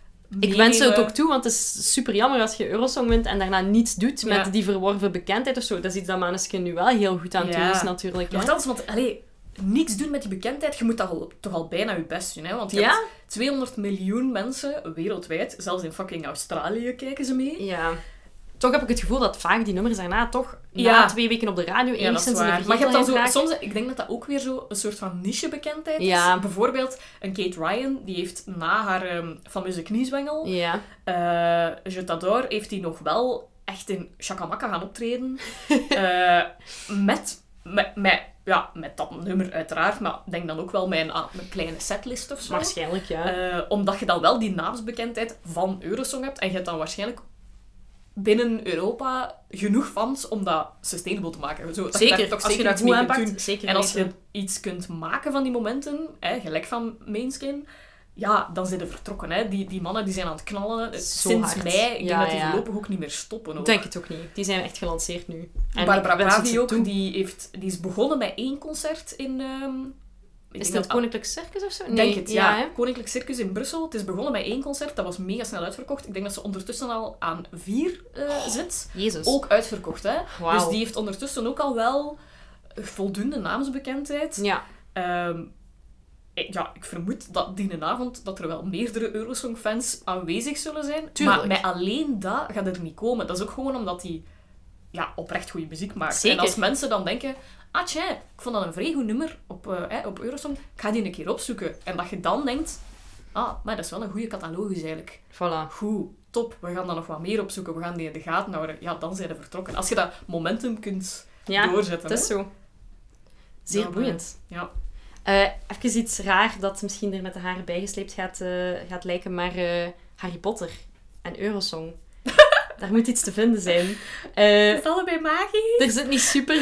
Ik wens ze het meenemen. ook toe, want het is super jammer als je Eurosong wint en daarna niets doet met Ja. die verworven bekendheid of zo. Dat is iets dat Maneskin nu wel heel goed aan het doen Ja. is, natuurlijk. Hè? Nochtans, want allee, niks doen met die bekendheid, je moet dat al, toch al bijna je best doen. Hè? Want je Ja? hebt tweehonderd miljoen mensen wereldwijd, zelfs in fucking Australië kijken ze mee. Ja. toch heb ik het gevoel dat vaak die nummers daarna toch na Ja. twee weken op de radio Ja, dat is enigszins in de waar. Maar je hebt dan zo, vergetelheid soms, ik denk dat dat ook weer zo een soort van niche-bekendheid is. Ja. Bijvoorbeeld, een Kate Ryan, die heeft na haar um, fameuze kniezwengel, raakt. Ja. uh, Je t'adore, heeft die nog wel echt in Shakamaka gaan optreden. uh, met, met, met, ja, met dat nummer uiteraard, maar ik denk dan ook wel met een, een kleine setlist of zo. Waarschijnlijk, ja. Uh, omdat je dan wel die naamsbekendheid van Eurosong hebt en je hebt dan waarschijnlijk binnen Europa genoeg fans om dat sustainable te maken. Zo, dat zeker, je daar toch als je zeker dat iets goed mee kunt aanpakt, doen. zeker En als je weten. iets kunt maken van die momenten, hè, gelijk van Mainskin, ja, dan zijn ze vertrokken. Hè. Die, die mannen die zijn aan het knallen Zo sinds hard. mei. Ik denk Ja, dat die ja. voorlopig ook niet meer stoppen. Ik Ook. denk het ook niet. Die zijn echt gelanceerd nu. En Barbara ik wens het Pravi ze ook, toe. die, heeft, die is begonnen met één concert in... Um, Is dat Koninklijk Circus of zo? Ik denk het, ja. hè? Koninklijk Circus in Brussel. Het is begonnen met één concert, dat was mega snel uitverkocht. Ik denk dat ze ondertussen al aan vier uh, zit. Jezus. Ook uitverkocht, hè. Wauw. Dus die heeft ondertussen ook al wel voldoende naamsbekendheid. Ja. Um, ik, ja, ik vermoed dat die avond dat er wel meerdere Eurosong-fans aanwezig zullen zijn. Tuurlijk. Maar met alleen dat gaat er niet komen. Dat is ook gewoon omdat hij ja, oprecht goede muziek maakt. Zeker. En als mensen dan denken... Ah, tja, ik vond dat een vrij goed nummer op, uh, eh, op Eurosong. Ik ga die een keer opzoeken. En dat je dan denkt... Ah, maar dat is wel een goede catalogus eigenlijk. Voilà. Goed, top. We gaan dan nog wat meer opzoeken. We gaan die in de gaten houden. Ja, dan zijn we vertrokken. Als je dat momentum kunt Ja, doorzetten. het is hè. zo. Zeer Dan, boeiend. uh, ja. Uh, even iets raar dat misschien er met de haren bijgesleept gaat, uh, gaat lijken, maar uh, Harry Potter en Eurosong. Daar moet iets te vinden zijn. Uh, Is het allebei magisch? er zit niet super...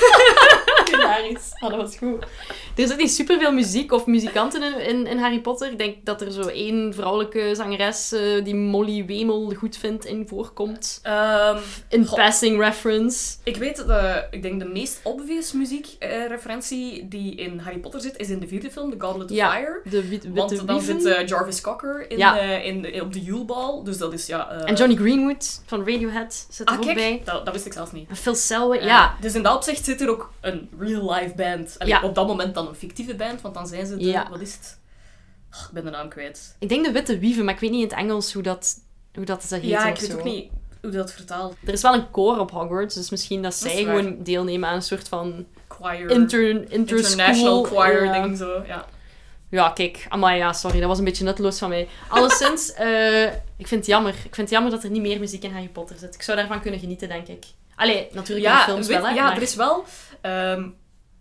Hilarisch. Oh, dat was goed. Er zit niet superveel muziek of muzikanten in, in, in Harry Potter. Ik denk dat er zo één vrouwelijke zangeres uh, die Molly Wemel goed vindt in voorkomt. Um, In goh. passing reference. Ik weet, de, ik denk de meest obvious muziekreferentie die in Harry Potter zit, is in de vierde film, The Goblet of Ja, Fire. de wit, witte Want dan wieven. zit uh, Jarvis Cocker in, Ja. uh, in, in, op de Yule Ball. Dus dat is, ja... Uh... En Johnny Greenwood van Radiohead zit er Ah, ook kijk, bij. dat, dat wist ik zelfs niet. En Phil Selleck, Uh, ja. Dus in dat opzicht zit er ook een real-life band. Allee, Ja. Op dat moment dan een fictieve band, want dan zijn ze de... Ja. Wat is het? Oh, ik ben de naam kwijt. Ik denk de witte wieven, maar ik weet niet in het Engels hoe dat, hoe dat, dat heet Ja, of ik weet zo. ook niet hoe dat vertaalt. Er is wel een koor op Hogwarts, dus misschien dat Dat zij is waar. gewoon deelnemen aan een soort van Choir. inter, interschool... International choir ja. ding zo, ja. Ja, kijk. Amai, ja, sorry. Dat was een beetje nutteloos van mij. Alleszins, uh, ik vind het jammer. Ik vind het jammer dat er niet meer muziek in Harry Potter zit. Ik zou daarvan kunnen genieten, denk ik. Allee, natuurlijk in de Ja, films weet- wel, hè. ja maar- er is wel... Um,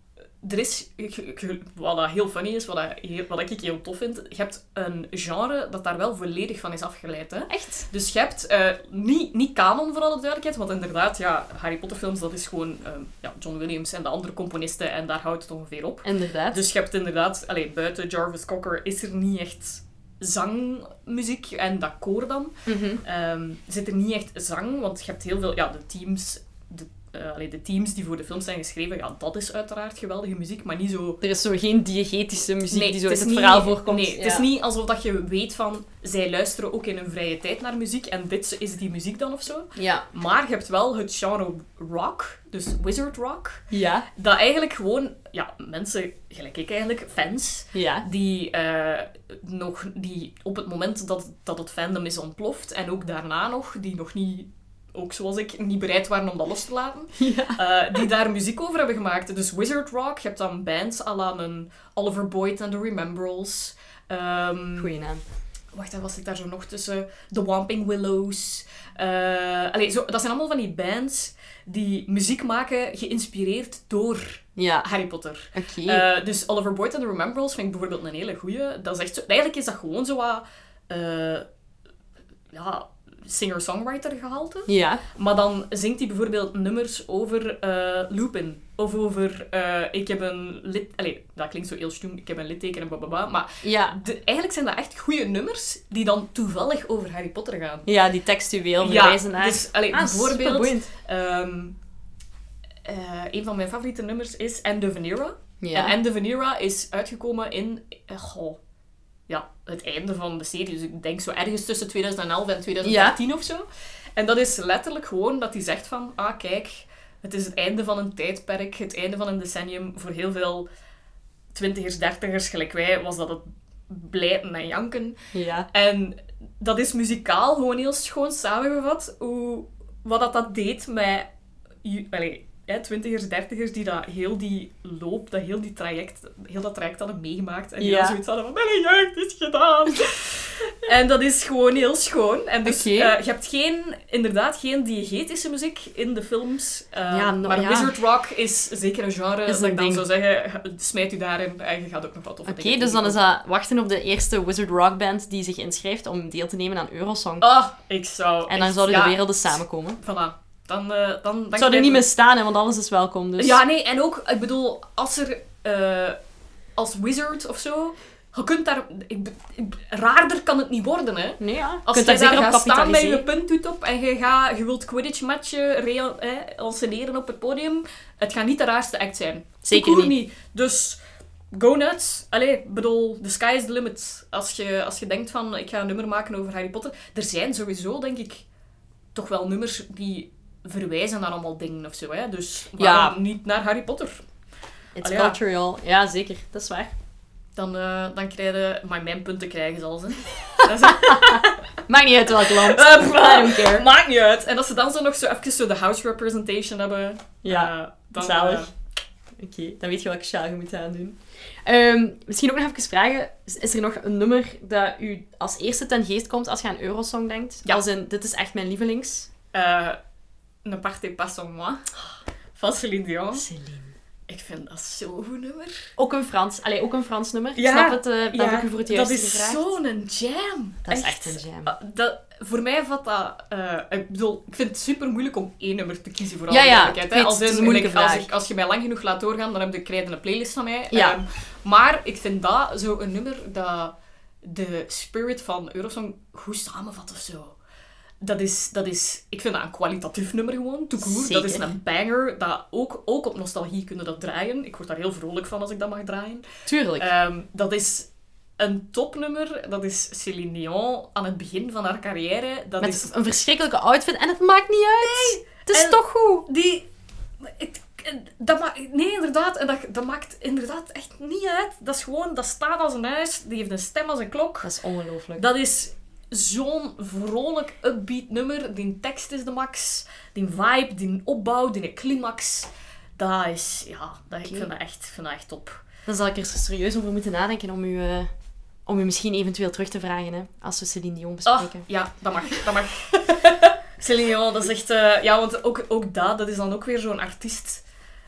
er is... ik- ik- Wat dat heel funny is, wat, dat heel, wat ik heel tof vind, je hebt een genre dat daar wel volledig van is afgeleid. Hè? Echt? Dus je hebt... Uh, niet, niet canon, voor alle duidelijkheid, want inderdaad, ja, Harry Potter films, dat is gewoon um, ja, John Williams en de andere componisten en daar houdt het ongeveer op. Inderdaad. Dus je hebt inderdaad... Allee, buiten Jarvis Cocker is er niet echt zangmuziek en dat koor dan. Mhm. Um, zit er niet echt zang, want je hebt heel veel... Ja, de teams... De, uh, allee, de teams die voor de films zijn geschreven, ja, dat is uiteraard geweldige muziek, maar niet zo... Er is zo geen diegetische muziek Nee, die zo het in is het niet- verhaal voorkomt. Nee, het Ja. is niet alsof dat je weet van... Zij luisteren ook in hun vrije tijd naar muziek en dit is die muziek dan of zo. Ja. Maar je hebt wel het genre rock, dus wizard rock, Ja. dat eigenlijk gewoon... Ja, mensen, gelijk ik eigenlijk, fans... Ja. Die, uh, nog, die op het moment dat, dat het fandom is ontploft, en ook daarna nog, die nog niet, ook zoals ik, niet bereid waren om dat los te laten, Ja. uh, die daar muziek over hebben gemaakt. Dus Wizard Rock, je hebt dan bands à la een Oliver Boyd and the Remembrals. Um, Goeie naam. Wacht, wat zit daar zo nog tussen? The Whomping Willows. Uh, allee, zo, dat zijn allemaal van die bands die muziek maken geïnspireerd door Ja. Harry Potter. Oké. Uh, dus Oliver Boyd and the Remembrals vind ik bijvoorbeeld een hele goeie. Dat is echt zo, eigenlijk is dat gewoon zo wat... Uh, ja, singer-songwriter gehalte. Ja. Maar dan zingt hij bijvoorbeeld nummers over uh, Lupin. Of over... Uh, ik heb een lit... Allee, dat klinkt zo heel stoem. Ik heb een litteken en blablabla. Maar Ja. de, eigenlijk zijn dat echt goede nummers die dan toevallig over Harry Potter gaan. Ja, die textueel verwijzen naar... dus allee, Ah, bijvoorbeeld... superboeiend. Um, uh, een van mijn favoriete nummers is End of an Era. Ja. En End of an Era is uitgekomen in... Uh, goh, ja, het einde van de serie. Dus ik denk zo ergens tussen twintig elf en twintig dertien of zo. En dat is letterlijk gewoon dat hij zegt van... Ah, kijk, het is het einde van een tijdperk. Het einde van een decennium. Voor heel veel twintigers, dertigers, gelijk wij, was dat het blijten en janken. Ja. En dat is muzikaal gewoon heel schoon samengevat. Hoe, wat dat, dat deed met... Allee, hè, twintigers, dertigers die dat heel die loop, dat heel die traject, heel dat traject hadden meegemaakt. En die Ja. dan zoiets hadden van, mijn jeugd is gedaan. En dat is gewoon heel schoon. En dus Oké. uh, je hebt geen, inderdaad geen diegetische muziek in de films. Uh, Ja, no- maar ja. Wizard Rock is zeker een genre Is dat een ik dan ding. zou zeggen, smijt u daarin en je gaat ook nog wat toffe Oké, dingen dus dan is tegenkomen. dat wachten op de eerste Wizard Rock Band die zich inschrijft om deel te nemen aan Eurosong. Ah, ik zou... en dan echt- zouden de ja, werelden samenkomen. Voilà. Dan, uh, dan, dan Het zou er niet meer staan, hè, want alles is welkom. Dus. Ja, nee, en ook, ik bedoel, als er... Uh, als wizard of zo... Je kunt daar... Ik, be- ik, raarder kan het niet worden, hè. Nee, ja. Je Als kunt je daar daar zeker op gaat staan met je kapitaliseren. punttoet op en je, gaat, je wilt Quidditch matchen, rea- eh, anseneren op het podium, het gaat niet de raarste act zijn. Zeker Cool niet. Dus, go nuts. Allee, bedoel, the sky is the limit. Als je, als je denkt van, ik ga een nummer maken over Harry Potter. Er zijn sowieso, denk ik, toch wel nummers die verwijzen naar allemaal dingen of zo, hè. Dus, waarom niet naar Harry Potter? It's Allee, ja. cultural. Ja, zeker. Dat is waar. Dan, uh, dan krijg je... Maar mijn punten krijgen ze al, hè. Dat is Maakt niet uit welk land. Uh, I don't care. Maakt niet uit. En als ze dan zo nog zo even zo de house representation hebben... Ja, uh, dan, zalig. uh, Oké, dan weet je welke sjaal je moet aandoen. Um, misschien ook nog even vragen. Is is er nog een nummer dat u als eerste ten geest komt als je aan Eurosong denkt? Ja. Als in, dit is echt mijn lievelings. uh, Ne partez pas sans moi. Van Céline Dion. Celine. Ik vind dat zo'n goed nummer. Ook een Frans. Allee, ook een Frans nummer. Ik Ja, snap het, uh, dat ja, heb ik u voor het dat juist is gevraagd. zo'n jam. Dat is echt een jam. Uh, dat, voor mij vat dat... Uh, ik bedoel, ik vind het super moeilijk om één nummer te kiezen voor alle Ja, ja, duidelijkheid, hè. ik weet, Als het is in, een moeilijke like, als, vraag. ik, als je mij lang genoeg laat doorgaan, dan heb je, krijg je een playlist van mij. Ja. Um, maar ik vind dat zo een nummer dat de spirit van Eurosong goed samenvat of zo. Dat is, dat is... Ik vind dat een kwalitatief nummer gewoon, tout court. Dat is Zeker. een banger. Dat ook, ook op nostalgie kunnen dat draaien. Ik word daar heel vrolijk van als ik dat mag draaien. Tuurlijk. Um, dat is een topnummer. Dat is Céline Dion aan het begin van haar carrière. Dat Met is... een verschrikkelijke outfit en het maakt niet uit. Nee, het is en toch goed. Die... Het, dat ma- nee, inderdaad. En dat, dat maakt inderdaad echt niet uit. Dat is gewoon... Dat staat als een huis. Die heeft een stem als een klok. Dat is ongelooflijk. Dat is zo'n vrolijk, upbeat nummer. Die tekst is de max. Die vibe, die opbouw, die climax. Dat is... Ja, dat, ik vind dat echt, ik vind dat echt top. Dan zal ik er serieus over moeten nadenken om u, uh, om u misschien eventueel terug te vragen, hè, als we Céline Dion Oh, bespreken. ja, dat mag. Dat mag. Céline Dion, dat is echt... Uh, ja, want ook, ook dat, dat is dan ook weer zo'n artiest...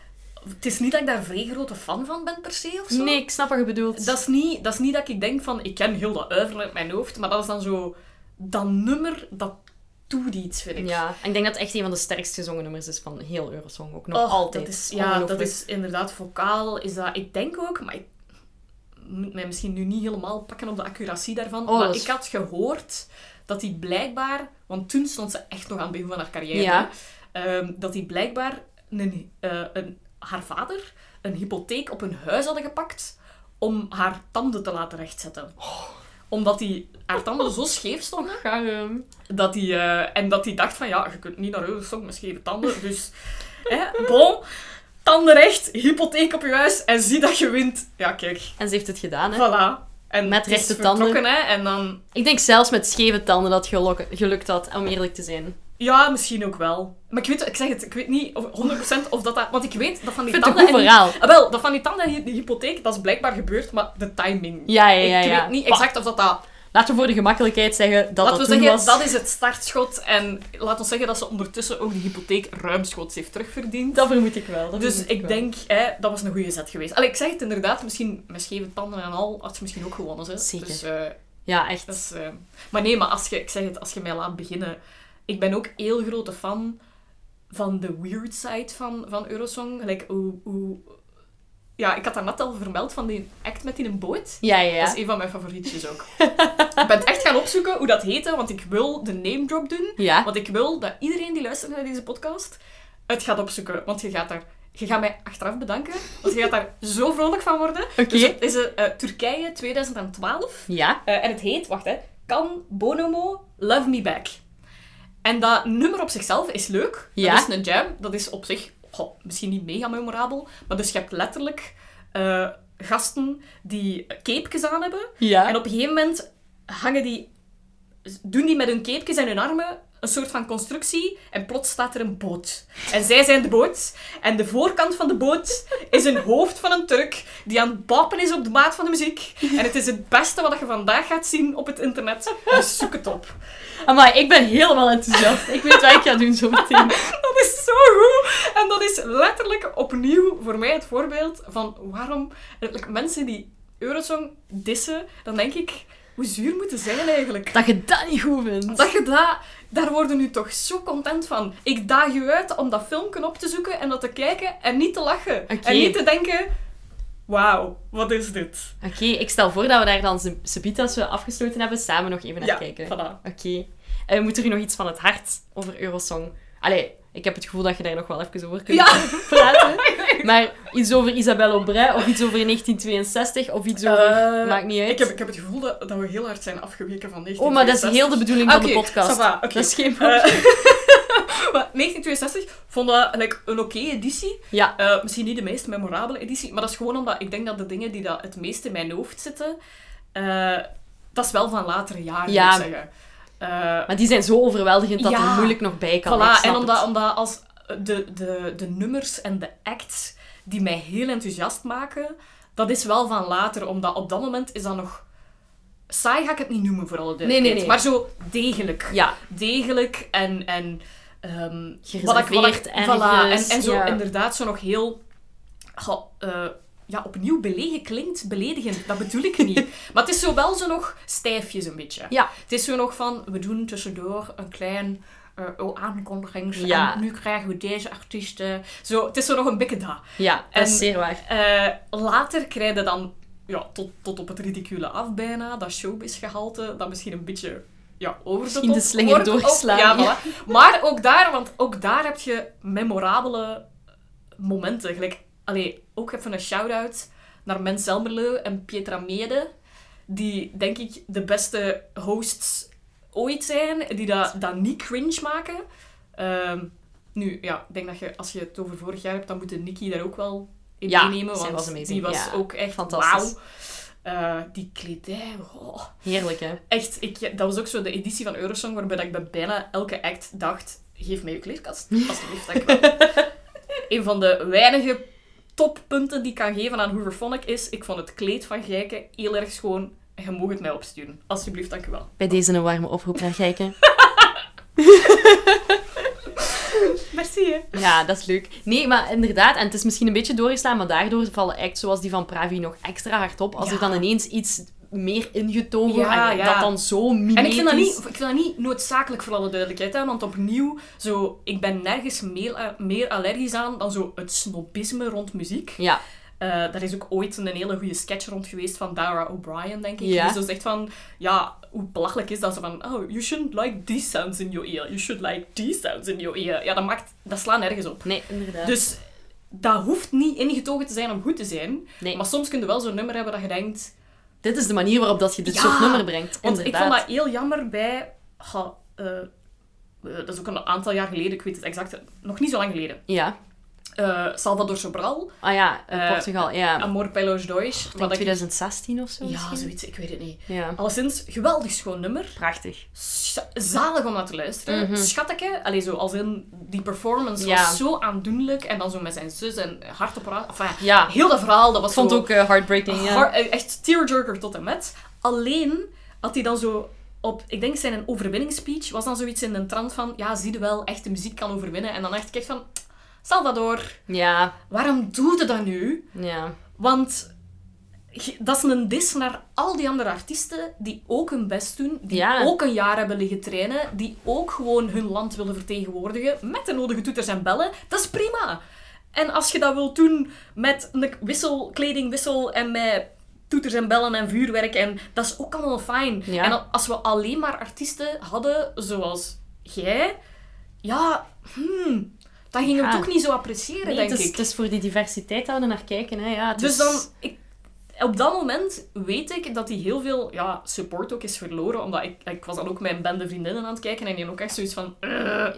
Het is niet dat ik daar een vrij grote fan van ben, per se, of zo. Nee, ik snap wat je bedoelt. Dat is, niet, dat is niet dat ik denk van... Ik ken heel dat uiveren uit mijn hoofd, maar dat is dan zo... Dat nummer, dat doet iets, vind ik. Ja, en ik denk dat het echt een van de sterkst gezongen nummers is van heel Eurosong. Ook nog Oh, altijd. Dat is, ja, dat Ongelooflijk. is inderdaad vocaal. Is dat, ik denk ook, maar ik moet mij misschien nu niet helemaal pakken op de accuratie daarvan. Oh, maar dat is- ik had gehoord dat hij blijkbaar... Want toen stond ze echt nog aan het begin van haar carrière. Ja. hè, um, dat hij blijkbaar een, uh, een, haar vader een hypotheek op hun huis hadden gepakt om haar tanden te laten rechtzetten. Oh. Omdat die, haar tanden zo scheef stonden. Garum. Dat hij, uh, en dat hij dacht van, ja, je kunt niet naar Eurosong met scheve tanden, dus... hè, bon, tanden recht, hypotheek op je huis en zie dat je wint. Ja, kijk. En ze heeft het gedaan, hè. Voilà. En Met het is rechte tanden. vertrokken, hè, en dan... Ik denk zelfs met scheve tanden dat het geluk- gelukt had, om eerlijk te zijn. Ja, misschien ook wel. Maar ik weet, ik zeg het, ik weet niet of honderd procent of dat dat... Want ik weet dat van die Ik vind het tanden... een goed en die- verhaal. Ah, wel, dat van die tanden en die hypotheek, dat is blijkbaar gebeurd, maar de timing... Ja, ja, ja. Ik ja. weet niet exact of dat dat... Laten we voor de gemakkelijkheid zeggen dat Laten dat we toen zeggen, was. dat is het startschot. En laten we zeggen dat ze ondertussen ook die hypotheek ruimschoots heeft terugverdiend. Dat vermoed ik wel. Dat Dus vermoed ik wel. denk, hè, dat was een goede zet geweest. Allee, ik zeg het inderdaad, misschien met scheve tanden en al, had ze misschien ook gewonnen. Hè. Zeker. Dus, uh, Ja, echt. dat is, uh... Maar nee, maar als je, ik zeg het, als je mij laat beginnen... Ik ben ook heel grote fan van de weird side van, van Eurosong. Like, hoe, hoe... Ja, ik had daar net al vermeld van die act met die een boot. Ja, ja, ja. Dat is een van mijn favorietjes ook. Ik ben echt gaan opzoeken hoe dat heette, want ik wil de name drop doen. Ja. Want ik wil dat iedereen die luistert naar deze podcast het gaat opzoeken. Want je gaat daar... Je gaat mij achteraf bedanken, want je gaat daar zo vrolijk van worden. Oké. Dus het is uh, Turkije twintig twaalf. Ja. Uh, en het heet, wacht hè, Can Bonomo Love Me Back. En dat nummer op zichzelf is leuk. Ja. Dat is een jam. Dat is op zich goh, misschien niet mega memorabel. Maar dus je hebt letterlijk uh, gasten die capejes aan hebben. Ja. En op een gegeven moment hangen die, doen die met hun capejes en hun armen een soort van constructie en plots staat er een boot. En zij zijn de boot. En de voorkant van de boot is een hoofd van een Turk die aan het bappen is op de maat van de muziek. En het is het beste wat je vandaag gaat zien op het internet. Dus zoek het op. Amai, ik ben helemaal enthousiast. Ik weet wat ik ga doen zo meteen. Dat is zo goed. En dat is letterlijk opnieuw voor mij het voorbeeld van waarom like, mensen die Eurosong dissen, dan denk ik, hoe zuur moeten zijn eigenlijk. Dat je dat niet goed vindt. Dat je dat... Daar worden nu toch zo content van. Ik daag je uit om dat filmpje op te zoeken en dat te kijken en niet te lachen. Okay. En niet te denken... Wauw, wat is dit? Oké, okay, ik stel voor dat we daar dan subiet als we afgesloten hebben, samen nog even naar ja, kijken. Voilà. Oké. Okay. Uh, moet er u nog iets van het hart over Eurosong? Allee, ik heb het gevoel dat je daar nog wel even over kunt ja. praten. Maar iets over Isabelle Aubray, of iets over negentien tweeënzestig, of iets over... Uh, maakt niet uit. Ik heb, ik heb het gevoel dat, dat we heel hard zijn afgeweken van negentien tweeënzestig. Oh, maar dat is heel de bedoeling van okay, de podcast. Va, okay. Dat is geen probleem. Uh, maar negentien tweeënzestig vond dat like, een oké okay editie. Ja. Uh, misschien niet de meest memorabele editie, maar dat is gewoon omdat ik denk dat de dingen die dat het meest in mijn hoofd zitten, uh, dat is wel van latere jaren, ja. moet ik zeggen. Uh, maar die zijn zo overweldigend dat ja, er moeilijk nog bij kan. Voilà, en omdat, omdat als de, de, de nummers en de acts die mij heel enthousiast maken, dat is wel van later, omdat op dat moment is dat nog... Saai ga ik het niet noemen, voor alle duidelijkheid. Nee, nee, nee. Maar zo degelijk. Ja. Degelijk en... en um, gereserveerd en... Voilà, en, en zo ja. inderdaad zo nog heel... Uh, ja, opnieuw belegen klinkt beledigend. Dat bedoel ik niet. Maar het is zo wel zo nog stijfjes een beetje. Ja. Het is zo nog van, we doen tussendoor een klein uh, aankondiging. Ja. En nu krijgen we deze artiesten. Zo, het is zo nog een beetje dat. Ja, dat en, is zeer waar. Uh, later krijg je dan, ja, tot, tot op het ridicule af bijna, dat showbiz-gehalte, dat misschien een beetje... Ja, over de Misschien de slinger doorgeslaan. Ja, voilà. Maar ook daar, want ook daar heb je memorabele momenten. Gelijk, allee, ook even een shout-out naar Mens Zelmerleu en Pietra Mede, die, denk ik, de beste hosts ooit zijn, die dat, dat niet cringe maken. Um, nu, ja, ik denk dat je, als je het over vorig jaar hebt, dan moet de Nikki daar ook wel in ja, meenemen, want was die was ja, ook echt fantastisch. Wauw. Uh, die kledij, oh. Heerlijk, hè? Echt, ik, dat was ook zo de editie van Eurosong, waarbij ik bij bijna elke act dacht, geef mij je kleerkast, alsjeblieft, dank je wel. Een van de weinige toppunten die ik kan geven aan Hooverphonic is, ik vond het kleed van Gijke heel erg schoon en je mag het mij opsturen. Alsjeblieft, dank je wel. Bij deze een warme oproep naar Gijke. Merci, hè. Ja, dat is leuk. Nee, maar inderdaad, en het is misschien een beetje doorgeslaan, maar daardoor vallen acts zoals die van Pravi nog extra hard op. Als ja. er dan ineens iets meer ingetogen ja, en ja. dat dan zo mimetisch... En ik vind dat niet, ik vind dat niet noodzakelijk, voor alle duidelijkheid, hè, want opnieuw, zo, ik ben nergens meer, meer allergisch aan dan zo het snobisme rond muziek. Ja. Uh, daar is ook ooit een hele goede sketch rond geweest van Dara O'Brien, denk ik. Ja. Dus dat is echt van, ja, hoe belachelijk is dat ze van, oh, you shouldn't like these sounds in your ear. You should like these sounds in your ear. Ja, dat maakt, dat slaat nergens op. Nee, inderdaad. Dus dat hoeft niet ingetogen te zijn om goed te zijn. Nee. Maar soms kun je wel zo'n nummer hebben dat je denkt... Dit is de manier waarop dat je dit ja, soort nummer brengt. Want inderdaad. ik vond dat heel jammer bij... Oh, uh, uh, dat is ook een aantal jaar geleden, ik weet het exact, nog niet zo lang geleden. Ja. Uh, Salvador Sobral. Ah ja, uh, Portugal, ja. Amor Pelos Dois. Ik denk twintig zestien of zo Ja, misschien? zoiets, ik weet het niet. Ja. Alleszins, geweldig schoon nummer. Prachtig. Sch- zalig om naar te luisteren. Mm-hmm. Schatteke, allee, zo als in die performance Ja. was zo aandoenlijk. En dan zo met zijn zus en hart op haar... Enfin, Ja. heel dat verhaal, dat was Ik vond zo... het ook uh, heartbreaking, ja. Hard, echt tearjerker tot en met. Alleen had hij dan zo op, ik denk zijn overwinningsspeech, was dan zoiets in de trant van, ja, zie je wel, echte muziek kan overwinnen. En dan dacht ik echt van, Salvador, Ja. waarom doe je dat nu? Ja. Want dat is een dis naar al die andere artiesten die ook hun best doen, die Ja. ook een jaar hebben liggen trainen, die ook gewoon hun land willen vertegenwoordigen met de nodige toeters en bellen. Dat is prima. En als je dat wilt doen met een wissel, kledingwissel en met toeters en bellen en vuurwerk, en dat is ook allemaal fijn. Ja. En als we alleen maar artiesten hadden zoals jij, ja, hmm, dat gingen we Ja. toch niet zo appreciëren, Nee, denk het is, ik. het is voor die diversiteit dat we er naar kijken. Hè. Ja, het Dus is... dan, ik, op dat moment weet ik dat hij heel veel ja, support ook is verloren. Omdat ik, ik was dan ook met mijn bende vriendinnen aan het kijken en die ook echt zoiets van... Uh,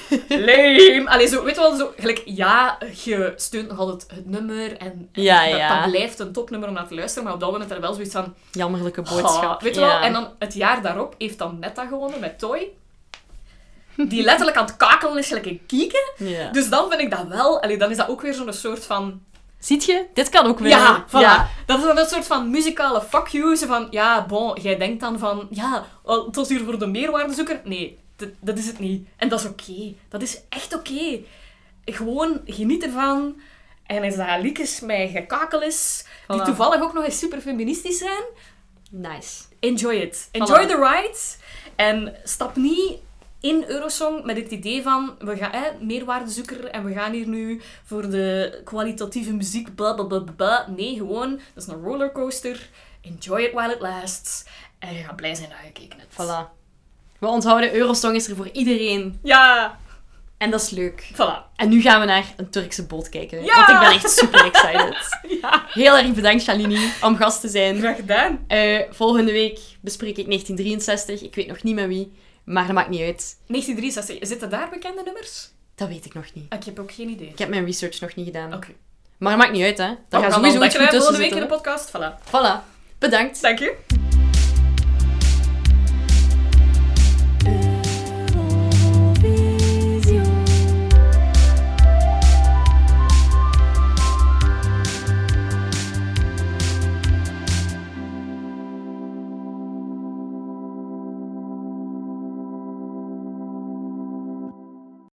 lame! Allee, zo, weet je wel, zo, gelijk, ja, je steunt nog altijd het nummer en, en Ja, dat, ja. dat blijft een topnummer om naar te luisteren. Maar op dat moment er wel zoiets van... Jammerlijke ah, boodschap. weet je ja. wel? En dan het jaar daarop heeft dan Netta gewonnen met Toy. die letterlijk aan het kakelen is, gelijk een kieken. Ja. Dus dan vind ik dat wel... Allee, dan is dat ook weer zo'n soort van... Ziet je? Dit kan ook weer. Ja, voilà. Ja. Dat is dan een soort van muzikale fuck you. Zo van, ja, bon, jij denkt dan van... Ja, het was hier voor de meerwaardezoeker. Nee, dat, dat is het niet. En dat is oké. Okay. Dat is echt oké. Okay. Gewoon geniet ervan. En als dat liedjes met gekakel is, die Voilà. toevallig ook nog eens super feministisch zijn, Nice. enjoy it. Enjoy Voilà. the ride. En stap niet in Eurosong met het idee van, we gaan, eh, meerwaardezoeker en we gaan hier nu voor de kwalitatieve muziek, bla bla bla bla. Nee, gewoon, dat is een rollercoaster. Enjoy it while it lasts. En je gaat blij zijn dat je gekeken hebt. Voilà. We onthouden, Eurosong is er voor iedereen. Ja, En dat is leuk. voilà. En nu gaan we naar een Turkse boot kijken. Ja! Want ik ben echt super excited. Ja, Heel erg bedankt, Shalini, om gast te zijn. graag gedaan. Uh, volgende week bespreek ik negentien drieënzestig. Ik weet nog niet met wie, maar dat maakt niet uit. negentien drieënzestig, zitten daar bekende nummers? Dat weet ik nog niet. Ik heb ook geen idee. Ik heb mijn research nog niet gedaan. Oké. Maar dat maakt niet uit, hè. Daar Oh, gaat we gaan sowieso dan iets goed volgende tussen week in de zitten. podcast. Voilà. Voilà. Bedankt. Dank je.